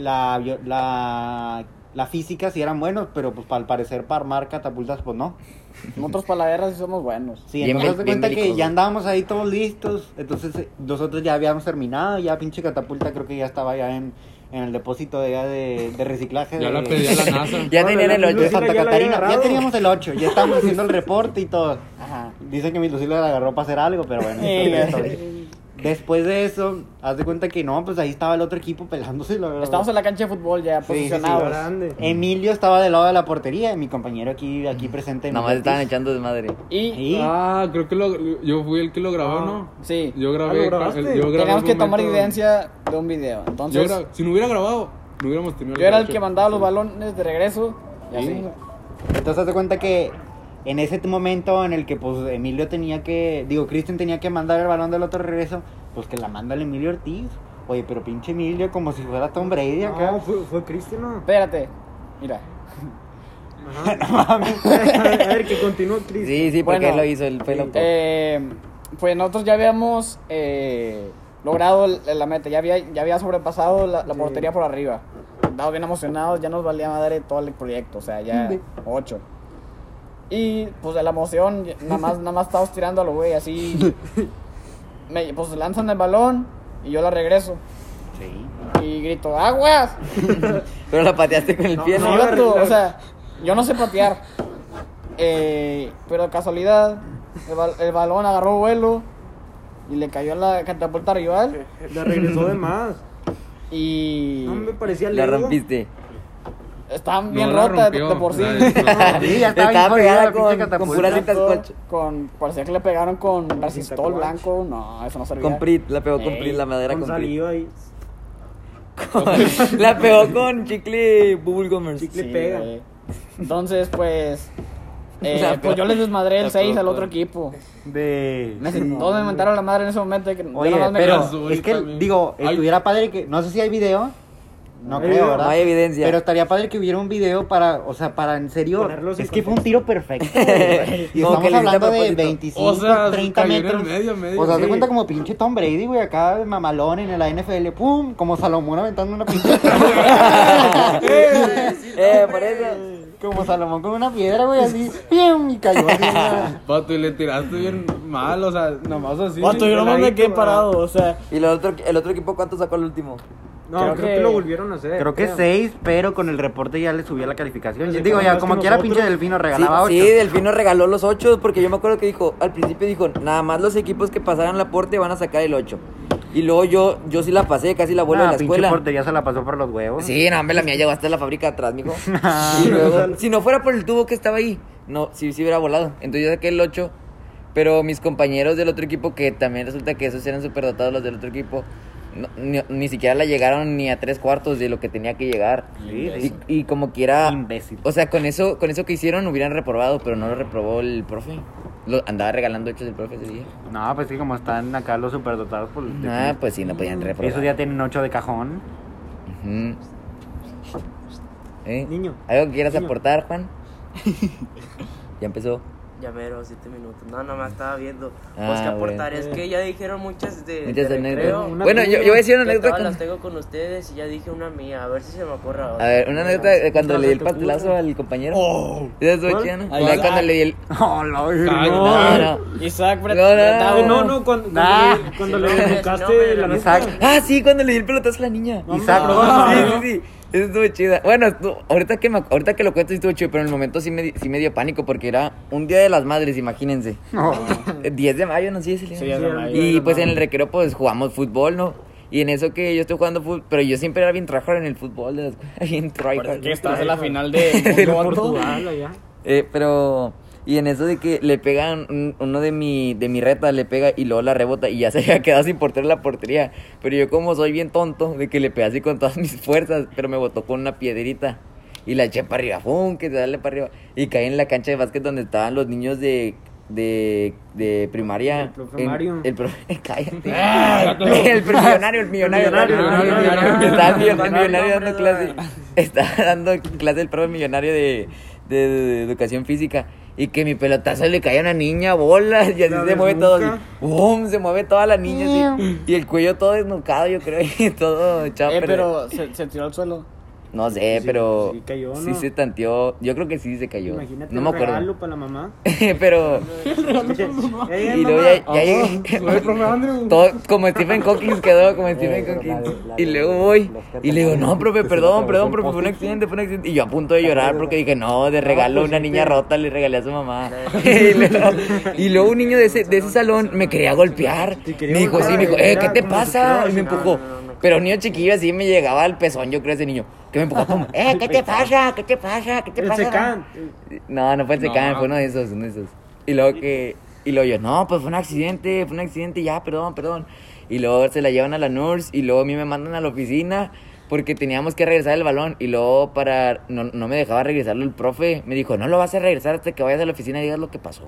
la física sí eran buenos, pero pues al parecer para armar catapultas, pues no. Nosotros para la guerra sí somos buenos. Sí, Bien entonces haz de bien cuenta que belicosos. ya andábamos ahí todos listos, entonces nosotros ya habíamos terminado, ya pinche catapulta creo que ya estaba ya en el depósito de reciclaje Ya de, la pedí a la NASA. Ya No, tenían el la 8. de Santa ya la había Catarina, ya agarrado. teníamos el 8, ya estábamos haciendo el reporte y todo. Ajá. Dicen que mi Lucila la agarró para hacer algo, pero bueno. eso es otra historia. Después de eso, haz de cuenta que no, pues ahí estaba el otro equipo pelándose, la verdad. Estamos en la cancha de fútbol ya Sí, sí, sí, posicionados. Grande. Emilio estaba del lado de la portería y mi compañero aquí presente. Nada más Emilio estaban Ortiz. echando desmadre. Y Y Ah, creo que yo fui el que lo grabó, ¿no? sí, Yo grabé. ¿lo grabaste? yo grabé teníamos el que tomar momento- evidencia de un video. Entonces, Si no hubiera grabado, no hubiéramos tenido yo era el derecho. que mandaba los balones de regreso. Y así. entonces haz de cuenta que en ese momento en el que pues Cristian tenía que mandar el balón del otro regreso, pues que la manda el Emilio Ortiz. Oye, pero pinche Emilio, como si fuera Tom Brady acá. No, fue Cristiano. Espérate, mira. A ver, que continúe Cristiano. Sí, porque Bueno, él lo hizo, él fue el autor. Pues nosotros ya habíamos logrado la meta, ya había sobrepasado la portería por arriba. Andábamos bien emocionados, ya nos valía madre todo el proyecto, o sea, ya 8. Y pues de la emoción, nada más estábamos tirando a lo güey, así. Pues lanzan el balón y yo la regreso. Sí. Y grito, ¡aguas! Pero la pateaste con el pie, No, ¿no? vato, o sea, yo no sé patear. Pero de casualidad, el balón agarró vuelo y le cayó a la catapulta rival. La regresó de más. Y No me parecía La Lego. rompiste. estaban bien la rotas rompió, de por sí. Sí, ya estaba bien Estaba jodida pegada la pinche con catapulta. puras cintas scotch. Parecía que le pegaron con resistol blanco. No, eso no servía. Con Prit, la pegó con Ey, Prit, la madera Con con Prit. saliva ahí. La pegó con chicle bubblegumers. Chicle Sí, pega. güey. Entonces, pues. La Pues yo les desmadré el la 6 al pegó otro con- equipo. De... Todos me inventaron la madre en ese momento. Que yo Oye, nomás me pero quedé- es que, también. digo, Ay. estuviera padre que... No sé si hay video. No hay creo, video, ¿verdad? no hay evidencia. Pero estaría padre que hubiera un video para, o sea, para en serio... Ponerlos en Es que fue un tiro perfecto, güey. Y Como que estamos le hiciste a hablando de propósito. 25, O sea, 30 cayó en el metros. medio, O sea, sí. se cuenta como pinche Tom Brady, güey, acá de mamalón en la NFL. ¡Pum! Como Salomón aventando una pinche... Por eso. Como Salomón con una piedra, güey, así. ¡Pium! Y cayó así. Vato, y le tiraste bien mal, o sea, nomás así. Vato, yo nomás me quedé parado, o sea. ¿Y el otro equipo cuánto sacó el último? No, Creo creo que- que lo volvieron a hacer. Creo que 6, pero con el reporte ya le subió la calificación. Sí, Digo, ya más como que quiera, nosotros. pinche Delfino Sí, regalaba 8. sí, Delfino regaló los 8 porque yo me acuerdo que dijo, al principio dijo, nada más los equipos que pasaran la porte van a sacar el 8. Y luego yo sí la pasé, casi la vuelvo en la pinche escuela. portería se la pasó por los huevos. Sí, no, hombre, la mía llegó hasta la fábrica de atrás, mijo. Y luego, si no fuera por el tubo que estaba ahí, no, sí hubiera volado. Entonces yo saqué el 8, pero mis compañeros del otro equipo, que también resulta que esos eran superdotados los del otro equipo, ni siquiera la llegaron ni a 3/4 de lo que tenía que llegar. Sí. Y como quiera, Imbécil. o sea, con eso que hicieron hubieran reprobado, pero no lo reprobó el profe. Andaba regalando 8 del profe ese día. No, pues sí, como están acá los superdotados por el Ah, pues sí, no podían reprobar. Esos ya tienen 8 de cajón. Ujú. ¿Eh? Niño. ¿Algo que quieras Niño. aportar, Juan? Ya empezó. Ya mero, 7 minutos. No, nomás estaba viendo. Ah, Pues que aportar, bueno. es que ya dijeron muchas de Muchas de anécdotas. recreo, Una Bueno, yo voy a decir una que anécdota. todas las con- tengo con ustedes y ya dije una mía, a ver si se me ocurre ahora. A ver, una anécdota de cuando No, le di el se te pastelazo ocurre. al compañero. Oh. Esa estuvo ¿Cuál? chida, ¿no? Ahí La va. cuando le di el... Oh, no, No, no. Isaac No, no, Bravo. No, cuando Nah. cuando Sí, le no, dedicaste no, la no, Isaac. Ah, sí, cuando le di el pelotazo a la niña. Isaac, No, no, Sí, no. sí, sí. Eso estuvo chida. Bueno, ahorita que lo cuento sí estuvo chido, pero en el momento sí me dio pánico porque era un día de las madres, imagínense. No. 10 de mayo, no sé si Sí, ya se me Y pues en el recreo pues jugamos fútbol, ¿no? Y en eso que yo estoy jugando fútbol, pero yo siempre era bien tryhard en el fútbol de la escuela, bien tryhard. Que estás en la final De de Portugal allá. Pero y en eso de que le pegan uno de mi reta le pega y luego la rebota y ya se había quedado sin portero en la portería, pero yo como soy bien tonto de que le pegué así con todas mis fuerzas, pero me botó con una piedrita y la eché para arriba, ¡pum! Que se dale para arriba y caí en la cancha de básquet donde estaban los niños de primaria. El profe Mario. El profe, cállate. El millonario. Millonario. Estaba el millonario dando clase. Estaba dando clase el profe millonario de educación física. Y que mi pelotazo le caía a una niña, bolas, y así La se mueve todo. Así, desnuca. ¡bum! Se mueve toda la niña así. Y el cuello todo desnucado, yo creo, y todo echado a perder. pero se tiró al suelo. No sé, Sí, pero sí cayó, sí ¿no? se tanteó. Yo creo que sí se cayó. Imagínate No me un regalo acuerdo. para la mamá. Pero. Y luego ya llegué. Todo como Stephen Hawking quedó, como Stephen Hawking. Y luego voy. Y le digo, no, profe, perdón, profe, fue un accidente, fue un accidente. Y yo a punto de llorar porque dije, no, de regalo a una niña rota le regalé a su mamá. Y luego un niño de ese salón me quería golpear. Me dijo, sí, me dijo, ¿qué te pasa? Y me empujó. Pero un niño chiquillo así me llegaba al pezón, yo creo, ese niño. Que me empujó como, ¿qué te pasa? ¿Qué te pasa? ¿Qué te El pasa? secán. No fue el secán, fue uno de esos. Y luego yo, no, pues fue un accidente, ya, perdón. Y luego se la llevan a la nurse y luego a mí me mandan a la oficina porque teníamos que regresar el balón. Y luego no me dejaba regresarlo el profe. Me dijo, no lo vas a regresar hasta que vayas a la oficina y digas lo que pasó.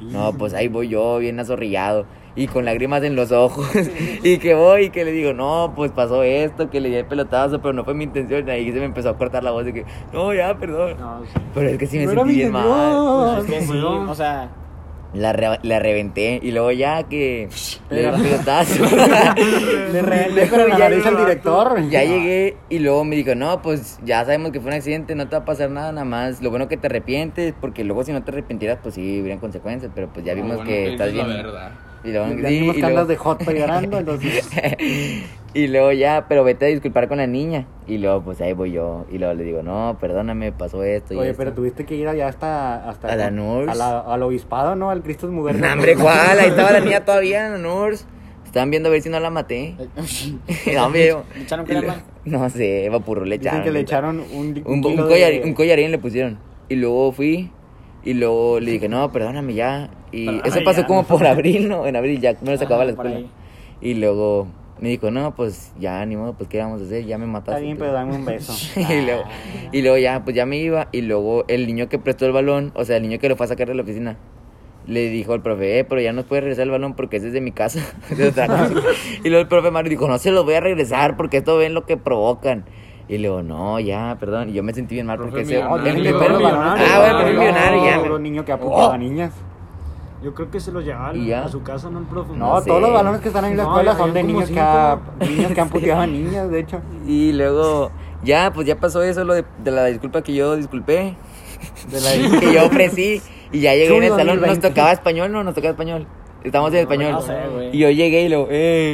No, pues ahí voy yo, bien azorrillado. Y con lágrimas en los ojos. Y que voy y que le digo, no, pues pasó esto, que le di el pelotazo, pero no fue mi intención. Ahí se me empezó a cortar la voz de que, no, ya, perdón. No, sí. Pero es que sí me No era sentí mi bien mal. intención. Es que sí, o sea, La reventé. Y luego ya que le di el pelotazo. Le reventé con la nariz al director. Ya llegué y luego me dijo, no, pues ya sabemos que fue un accidente, no te va a pasar nada más. Lo bueno que te arrepientes, porque luego si no te arrepintieras, pues sí, habrían consecuencias. Pero pues ya vimos Bueno, que estás dices bien. la verdad. Y luego, Ya sí, vimos y que andas luego- de joto llorando, entonces... y luego ya, pero vete a disculpar con la niña. Y luego, pues ahí voy yo. Y luego le digo, no, perdóname, pasó esto y Oye, esto. pero tuviste que ir allá hasta A la NURS. al obispado, ¿no? Al Cristo Mujer. No, hombre, ¿cuál? Ahí estaba la niña todavía en la NURS. Estaban viendo a ver si no la maté. No, hombre, yo- ¿Le echaron y lo- crema? No sé, vapurro le echaron. Dicen que le echaron un Un kilo collarín le pusieron. Y luego fui. Y luego le dije, no, perdóname ya. Y Perdóname eso pasó ya, como no. por abril, ¿no? En abril ya me lo sacaba Ah, la por escuela. ahí. Y luego me dijo, no, pues ya, ni modo, pues qué vamos a hacer, ya me mataste. Está bien, pero dame un beso. y luego ya, pues ya me iba. Y luego el niño que prestó el balón, o sea, el niño que lo fue a sacar de la oficina, le dijo al profe, pero ya nos puede regresar el balón porque ese es de mi casa. De otra casa. Y luego el profe Mario dijo, no se los voy a regresar porque esto ven lo que provocan. Y luego, no, ya, perdón. Y yo me sentí bien mal Profe porque ese... millonario. el Profe primero- millonario. Ah, bueno, profe millonario, ya. Otro niño que apuntaba a niñas. Yo creo que se los llevaban ¿Y ya? a su casa, ¿no? El profe. No, sé. todos los balones que están ahí en la No, escuela ya son de habían como niños que han puteado a niñas, de hecho. Y luego, ya, pues ya pasó eso, lo de la disculpa que yo disculpé. De la... Que yo ofrecí. Y ya llegué en el Chulo salón. Nos 2020. tocaba español, ¿no? Nos tocaba español. Estamos en español. no sé, güey. Y yo llegué y lo,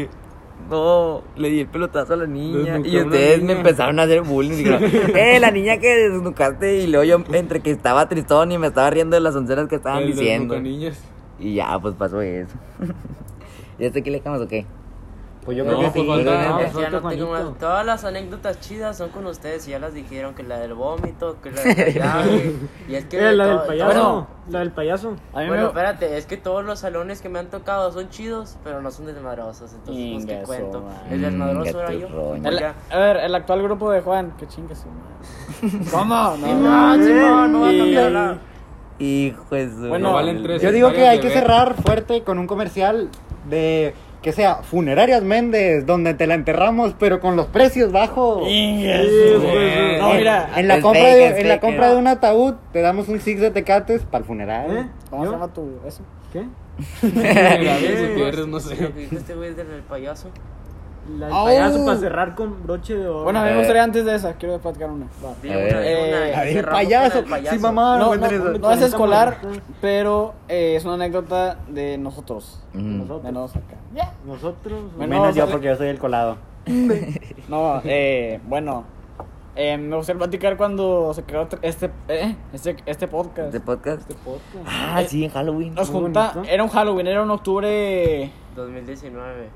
no, le di el pelotazo a la niña. Desnucó Y a una ustedes niña. me empezaron a hacer bullying. Y dijeron, la niña que desnucaste. Y luego yo, entre que estaba tristón y me estaba riendo de las onceras que estaban El diciendo. desnuca niñas. Y ya, pues pasó eso. ¿Y hasta aquí le dejamos o qué? Pues yo No, creo que pues sí. falta- No, Ya no falta tengo Juanito. más. Todas las anécdotas chidas son con ustedes y ya las dijeron, que la del vómito, que la de la llave. Y es que La del todo- payaso. bueno. La del payaso. A mí Bueno, me... espérate, es que todos los salones que me han tocado son chidos, pero no son desmadrosos, entonces pues Inga qué su cuento. madre. El desmadroso era yo. Gaturroña. El- Ya. a ver, el actual grupo de Juan, que chingue su madre. ¿Cómo? Simón, Simón, no va a Y- cambiar la... Hijo de su... Bueno, No valen tres Yo digo que hectáreas hay de que ver. cerrar fuerte con un comercial de que sea Funerarias Méndez, donde te la enterramos, pero con los precios bajos. Inga su madre. No, mira, En la Es compra fake, de, es en la fake, compra ¿no? de un ataúd te damos un six de tecates para el funeral. ¿Eh? ¿cómo se ¿Yo? llama tu eso? ¿Qué? Gutiérrez, Gutiérrez, no Lo sé. que dijo este güey del payaso. La del Au. payaso para cerrar con broche de oro. Bueno, a mí me gustaría antes de esa, quiero platicar una. Va. Dile A una, ver. dile una, y La del cerramos con payaso. el payaso. Sí, mamá. No, bueno, no es escolar, pero es una anécdota de nosotros. Ujú. De Nosotros. nosotros acá. Nosotros. Bueno, Menos yo sale- porque yo soy el colado. No, bueno, me gustaría platicar cuando se creó este podcast. ¿Este podcast? Este podcast. Ah, sí, en Halloween. Nos Muy junta, bonito. era un Halloween, era un octubre. 2019.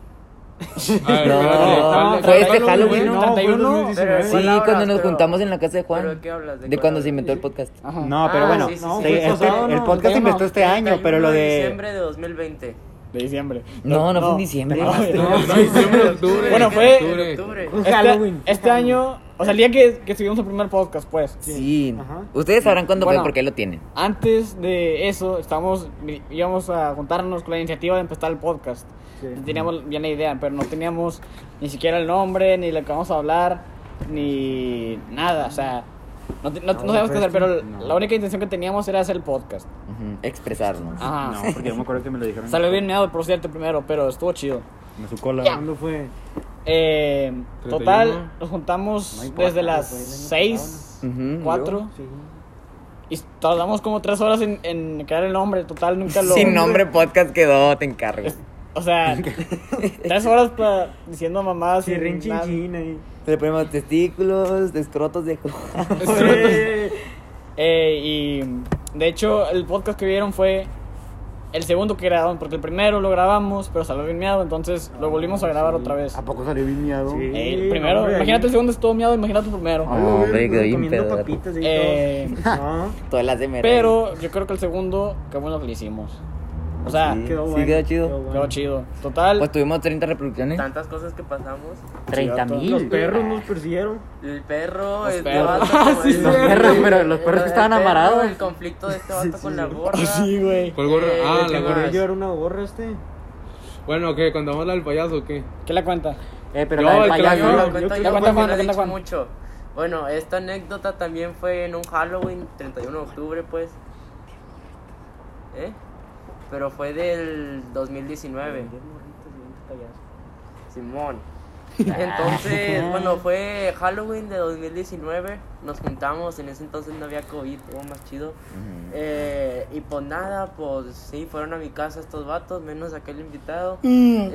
A ver, No, espérate, ¿cuál- fue este cuál Halloween, güey? ¿no? fue 31. 2019. Sí, Palabras, cuando nos pero- juntamos en la casa de Juan. ¿Pero qué hablas? De cuando cuál? se inventó el podcast. Ajá. No, pero Ah, bueno, sí, sí, sí, sí. Fue pasado, el ¿no? podcast El empezó este año, pero lo 31 de... diciembre de 2020. De diciembre. No, no fue en diciembre. No, No, diciembre, octubre. Bueno, fue- Octubre. Un Halloween. Este año, o sea, el día que subimos el primer podcast, pues. Sí. Ajá. Ustedes sabrán cuándo Bueno. fue porque lo tienen. Antes de eso, íbamos a juntarnos con la iniciativa de empezar el podcast. Sí. Teníamos bien la idea, pero no teníamos ni siquiera el nombre, ni lo que vamos a hablar, ni nada. O sea, no sabíamos qué hacer, pero no. la única intención que teníamos era hacer el podcast. Ujú, expresarnos. Ajá. No, porque yo me acuerdo que me lo dijeron. Salió bien meado, por cierto, primero, pero estuvo chido. En su cola. ¿Cuándo fue? Total, 31. nos juntamos No importa, desde las fue el año 6, Ujú, 4, Sí. y tardamos como 3 horas en crear el nombre. Total, nunca lo... Sin nombre podcast quedó, te encargo. O sea, 3 horas diciendo mamadas. Sí, sin rin nada. chin chin ahí. Le ponemos testículos, escrotos de Juan. Y de hecho, el podcast que vieron fue el segundo que grabamos, porque el primero lo grabamos, pero salió bien miado, entonces lo volvimos a grabar otra vez. ¿A poco salió bien miado? Sí. El primero, hombre, imagínate el ahí. segundo estuvo miado, imagínate el primero. Ah, No, hombre, quedó bien comiendo pedo. papitas y Eh, todo. No. Todas las de Pero yo creo que el segundo, qué bueno que lo hicimos. O sea, Sí, quedó sí bueno, quedó chido. quedó bueno. quedó chido. Total. Pues tuvimos 30 reproducciones. Tantas cosas que pasamos. 30,000. Los perros nos persiguieron. El perro, Los este perros. vato Ah, con sí, el- Los perros, pero los perros que estaban el perro, amarrados. El conflicto de este vato con la gorra. Sí, güey. ¿Cuál gorra? Ah, ¿qué la gorra. más? Yo era una gorra Bueno, ¿qué? ¿Contamos la del payaso o qué? ¿Qué la cuenta? Pero No, la del el que la payaso. vio. Yo Yo cuento creo yo que porque cuenta no he Juan, dicho cuenta mucho. Bueno, esta anécdota también fue en un Halloween, 31 de octubre, pues. Pero fue del 2019. Simón. Entonces, bueno, fue Halloween de 2019. Nos juntamos, en ese entonces no había COVID, todo más chido. Y pues nada, pues sí, fueron a mi casa estos vatos, menos aquel invitado. Y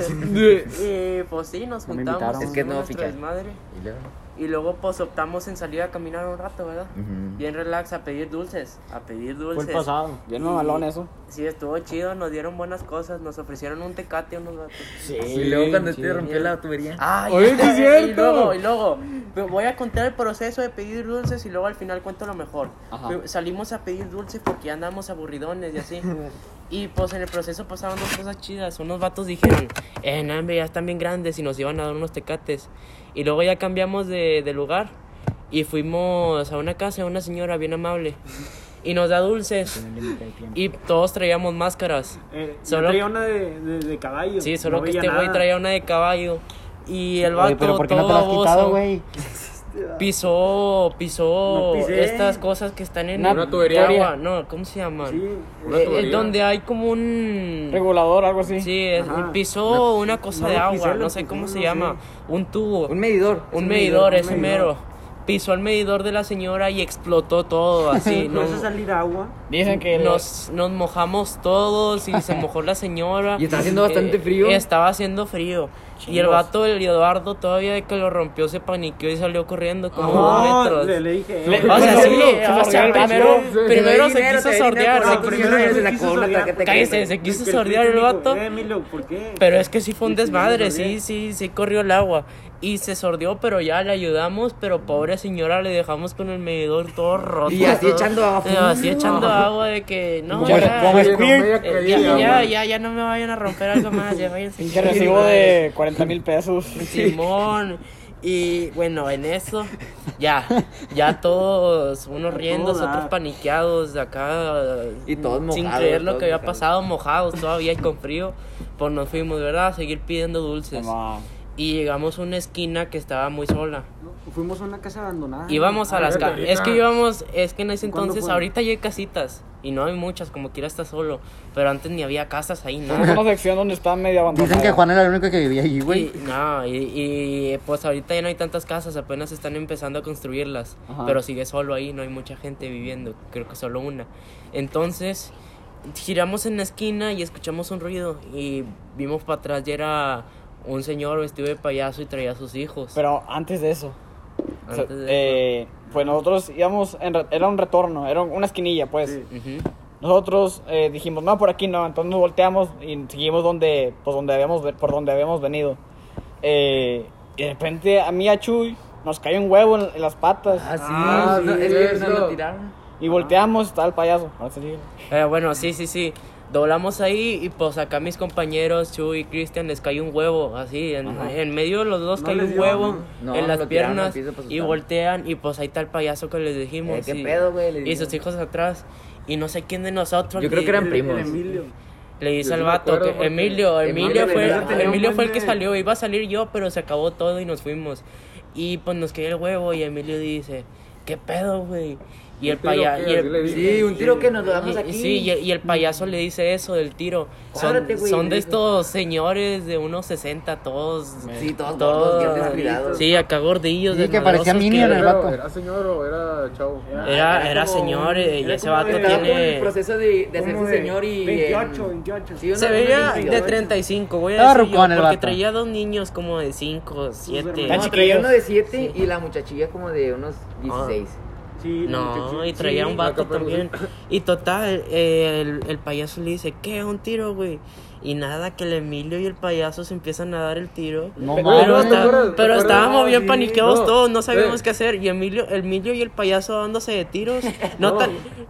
pues sí, nos No me juntamos. invitaron. Es que hicimos no, nuestro ficha. desmadre. Y luego. Y luego pues optamos en salir a caminar un rato, ¿verdad? Ujú. Bien relax, a pedir dulces. Fue el pasado. Bien mamalón eso. Sí, estuvo chido, nos dieron buenas cosas, nos ofrecieron un tecate unos vatos. Sí. Y luego cuando sí, te rompió la tubería. Ay, Oye, sí es cierto. Y luego, voy a contar el proceso de pedir dulces y luego al final cuento lo mejor. Ajá. Salimos a pedir dulces porque ya andamos aburridones y así. Y pues en el proceso pasaron dos cosas chidas. Unos vatos dijeron, no, hombre, ya están bien grandes y nos iban a dar unos tecates. Y luego ya cambiamos de lugar y fuimos a una casa de una señora bien amable. Y nos da dulces. Y todos traíamos máscaras. Solo Solo- traía una de caballo. Sí, solo No que veía este güey nada. traía una de caballo. Y el vato Oye, pero ¿por qué no te todo la has quitado, baboso, güey? pisó No pisé. estas cosas que están en Una tubería. agua. No, ¿cómo se llaman? Sí. Una tubería. Donde hay como un... Regulador, algo así. Sí, Ajá. pisó una cosa no de lo agua, pisé, no lo sé pisé, cómo no se sé. llama. Un tubo. Un medidor. Un medidor, ese medidor. mero. Pisó el medidor de la señora y explotó todo, así. Empezó a salir agua. Dicen que Nos mojamos todos y se mojó la señora. Y está haciendo bastante frío. Estaba haciendo frío. Y el vato, el Eduardo, todavía de que lo rompió, se paniqueó y salió corriendo como 2 metros. Le dije. O sea, sí, Se o mordió sea, el vato. primero se dinero, quiso te di dinero sordear. por se la quiso- primero se sacó una tarjeta. Cállese, se quiso sordear el vato. Emilio, ¿por qué? Pero es que sí fue un Sí, sí, desmadre, sí, sí corrió el agua. Y se sordió, pero ya le ayudamos, pero pobre señora le dejamos con el medidor todo roto. Y así todo- echando agua. Así echando agua de que no, Como- ya, como Oye, no Squirt. me haya caído, ya no me vayan a romper algo más, ya váyanse. pinche recibo de 40,000 pesos. Simón. Y bueno, en eso, ya todos, unos riendo, Toda. otros paniqueados, acá, Y todos sin mojados, creer lo todos que había mojados. pasado, mojados todavía y con frío, pues nos fuimos, ¿verdad? A seguir pidiendo dulces. Y llegamos a una esquina que estaba muy sola. Fuimos a una casa abandonada. Íbamos a las casas. ahorita. Es que en ese ¿Cuándo entonces, fue? ahorita ya hay casitas. Y no hay muchas, como quiera está solo. Pero antes ni había casas ahí, Es nada. una sección donde está medio abandonada. Dicen que Juan era el único que vivía allí, güey. Y pues ahorita ya no hay tantas casas, apenas están empezando a construirlas. Ajá. Pero sigue solo ahí, no hay mucha gente viviendo, creo que solo una. Entonces, giramos en la esquina y escuchamos un ruido. Y vimos para atrás, y era un señor vestido de payaso y traía a sus hijos. Pero antes de eso, Antes de pues nosotros íbamos, era un retorno, era una esquinilla, pues. Ujú. Nosotros dijimos, no, por aquí no, entonces nos volteamos y seguimos por donde habíamos venido. Y de repente a mí y a Chuy nos cae un huevo en las patas. Ah, sí. Ah, no, sí, es que eso. nos lo tiraron. Y volteamos, está el payaso. Ahora sí. Bueno, sí. Doblamos ahí y pues acá mis compañeros, Chuy y Cristian, les cayó un huevo, así, en medio de los dos No cayó les un dio, huevo no, en las lo tiraron piernas al piso para y asustar. voltean y pues ahí está el payaso que les dijimos. ¿Qué y, pedo, güey? Le y digo. sus hijos atrás y no sé quién de nosotros Yo creo que eran El primos. Emilio. le dice Yo al sí me vato acuerdo que porque Emilio Emilio fue tenía un Emilio fue el buen que de- salió, iba a salir yo, pero se acabó todo y nos fuimos. Y pues nos cayó el huevo y Emilio dice, ¿qué pedo, güey? Y el tiro payaso que así le dije. Sí, un tiro que nos lo damos aquí. Sí, y el payaso le dice eso del tiro. Cuádrate, güey, Son de le dijo. estos señores de unos 60, todos. Sí, todos gordos, bien descuidados. Sí, acá gordillos. Sí, que parecía desmadrosos, Minion el Pero, vato. ¿era señor o era chavo? Era como- señor, y era ese como vato de- Estaba con el tiene. proceso de Como hacerse de señor y... 28, 28. Sí, Se unos veía 22. de 35, voy a Estaba decir yo, rucón el porque vato. traía dos niños como de 5, 7. No, traía uno de 7 y la muchachilla como de unos 16. Sí, No, y traía sí. un vato Acá, pero- también. Y total, el payaso le dice, ¿qué? ¿Un tiro, güey? Y nada, que el Emilio y el payaso se empiezan a dar el tiro. No Pero, mames. ¿te acuerdas? ¿Te pero acuerdas? estábamos bien Sí, paniqueados no, todos, no sabíamos sí. qué hacer. Y Emilio y el payaso dándose de tiros. No, No. tan.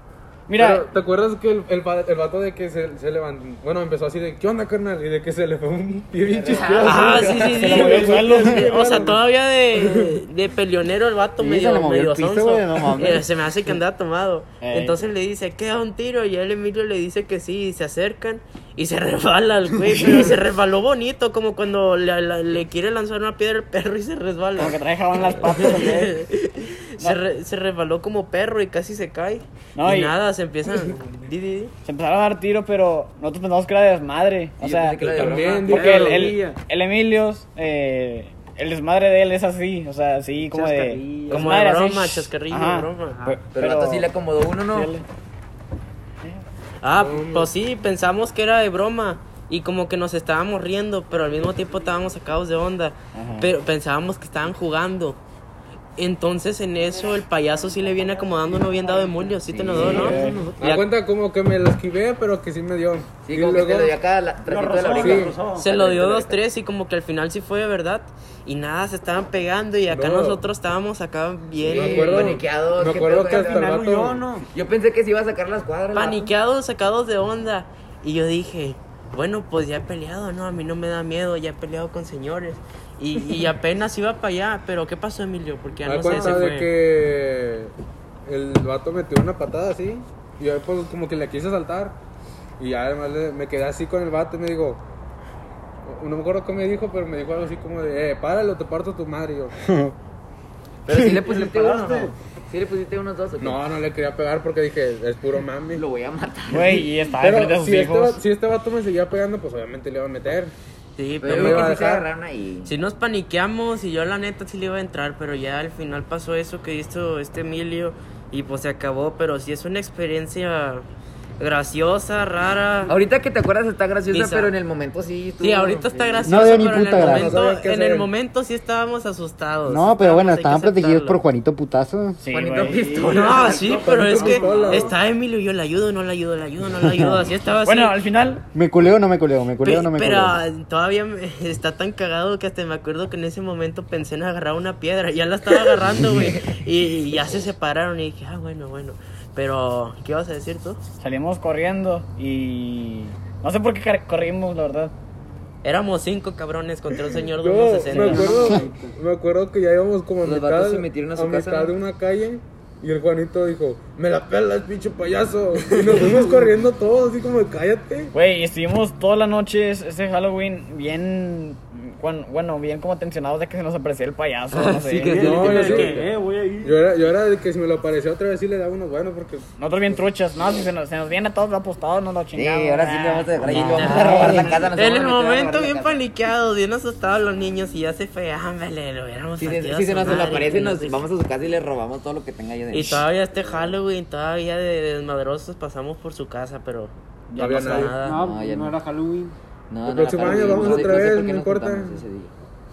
Mira, Pero, ¿te acuerdas que el vato de que se levantó? Bueno, empezó así de, ¿qué onda, carnal? Y de que se le fue un pie bien chisqueado. Ah, así. sí, sí, Se sí. le movió el suelo. O sea, todavía de peleonero el vato Sí, medio, se le movió medio el piso, sonso. güey, no mames. Se me hace que andaba tomado. Ey. Entonces le dice, ¿qué da un tiro? Y el Emilio le dice que sí, y se acercan y se resbala el güey, pero se resbaló bonito, como cuando le quiere lanzar una piedra al perro y se resbala. como que trae jabón en las patas. ¿Ok? Se resbaló como perro y casi se cae. No, y y- nada, se empiezan. Di. Se empezaron a dar tiro, pero nosotros pensamos que era desmadre. O Sí, yo sea, pensé que era de También, broma. porque Pero- el Emilio, el desmadre de él es así, o sea, así como de... Chascarrillo. Como de desmadre, así, broma, chascarrillo, ajá. broma. Pero el vato sí le acomodó uno, ¿no? sí, él- Ah, pues sí, pensamos que era de broma. Y como que nos estábamos riendo, pero al mismo tiempo estábamos sacados de onda. Ajá. Pero pensábamos que estaban jugando. Entonces en eso el payaso sí le viene acomodando uno bien dado de mulio, sí te lo doy, ¿no? Me da cuenta como que me lo esquivé, pero que sí me dio. Sí, Y como que luego- te lo dio acá trajito de la oreja. Sí. Se lo dio 2-3 y como que al final sí fue de verdad. Y nada, se estaban pegando y acá No. nosotros estábamos acá bien Me acuerdo, paniqueados, me ¿qué acuerdo pedo, que hasta el carnal? vato... Yo pensé que se iba a sacar las cuadras. el vato. paniqueados, sacados de onda. Y yo dije, bueno, pues ya he peleado, ¿no? A mí no me da miedo, ya he peleado con señores. Y apenas iba para allá, pero ¿qué pasó, Emilio? Porque ya Me da no sé, se cuenta de fue. que el vato metió una patada así. Y yo pues como que le quise saltar. Y ya además me quedé así con el vato y me dijo... No me acuerdo qué me dijo, pero me dijo algo así como de... párale o te parto tu madre. Y yo... Pero sí le pusiste uno, ¿no? Sí le pusiste unos dos, ¿o qué? No le quería pegar porque dije, es puro mami. Lo voy a matar. Güey, y estaba enfrente de Pero sus si hijos. este vato me seguía pegando, pues obviamente le iba a meter. Sí, Pero pero yo me iba creo a que sí se dejar. agarraron ahí. si nos paniqueamos y yo la neta sí le iba a entrar, pero ya al final pasó eso que hizo este Emilio y pues se acabó, pero sí es una experiencia graciosa, rara. Ahorita que te acuerdas está graciosa, Lisa. pero en el momento sí estuvo... Sí, ahorita está gracioso, No dio ni pero en puta el, gracia. No sabías qué en el hacer. momento sí estábamos asustados. No, pero bueno, Hay que estaban protegidos por aceptarlo. Juanito Putazo. Sí, Juanito güey. Pistola. No, sí, pero es que Pistola. está Emilio y yo le ayudo, no le ayudo, le ayudo, no le ayudo, así estaba así. Bueno, al final, ¿Me culeo o no me culeo? ¿Me culeo o no me Pero culeo? todavía está tan cagado que hasta me acuerdo que en ese momento pensé en agarrar una piedra. Ya la estaba agarrando, güey. Y ya se separaron y dije, bueno. Pero, ¿qué ibas a decir tú? salimos corriendo y... No sé por qué corrimos, la verdad. Éramos 5 cabrones contra un señor de Yo unos 60. me acuerdo que ya íbamos como a Los mitad, vatos se metieron a su casa, mitad ¿no? de una calle. Y el Juanito dijo, me la pelas, pinche payaso. Y nos fuimos corriendo todos, así como, cállate. Güey, y estuvimos toda la noche ese Halloween bien... Bueno, bien como tensionados de que se nos aparecía el payaso, no sé. Sí, que sí. No, yo sí. Voy a ir. Yo era de que si me lo aparecía otra vez sí le daba unos buenos porque... Nosotros bien truchas. No, si se nos viene a todos apostados, nos lo Sí, chingamos. ahora sí le vamos a dejar ahí, le vamos a Ah, robar la casa. nos En vamos el a meter a momento robar la bien casa. paniqueados, bien asustados los niños y ya se fue, ándale, lo hubiéramos Si partido se a su nos madre, aparece, que no nos sé vamos a su casa y le robamos todo lo que tenga ahí qué. dentro. Y todavía este Halloween, todavía de desmadrosos pasamos por su casa, pero No había pasó nadie. nada. No, ya no. era Halloween. No, El próximo año vamos no sé- otra no sé vez, por qué no nos importa. juntamos ese día.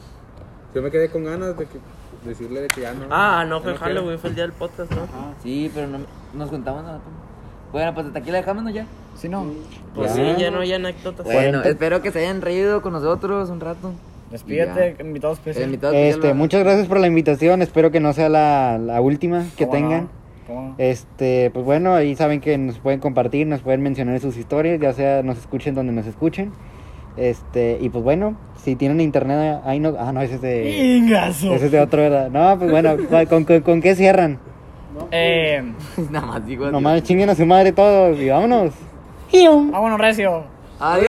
Yo me quedé con ganas de decirle de que ya no. Ah, no fue ya Halloween, quiero. fue el día del podcast, ¿no? Sí, pero no, nos juntamos a Bueno, pues hasta aquí la dejamos, ¿no? Ya. Sí, no. Pues Ya. sí, ya no hay anécdotas. Bueno, espero que se hayan reído con nosotros un rato. Despídete, Ya. invitados El especiales. invitado especial va- Muchas gracias por la invitación. Espero que no sea la última que ¿Cómo no? tengan. ¿Cómo no? Pues bueno, ahí saben que nos pueden compartir, nos pueden mencionar en sus historias, ya sea nos escuchen donde nos escuchen. Y pues bueno, si tienen internet, ahí no. Ah, no, ese es de. ¡Ingazo! Ese es de otro, ¿verdad? No, pues bueno, ¿con qué cierran? Nada más digo. Nomás chinguen a su madre todos y vámonos. Vámonos, Recio. Adiós.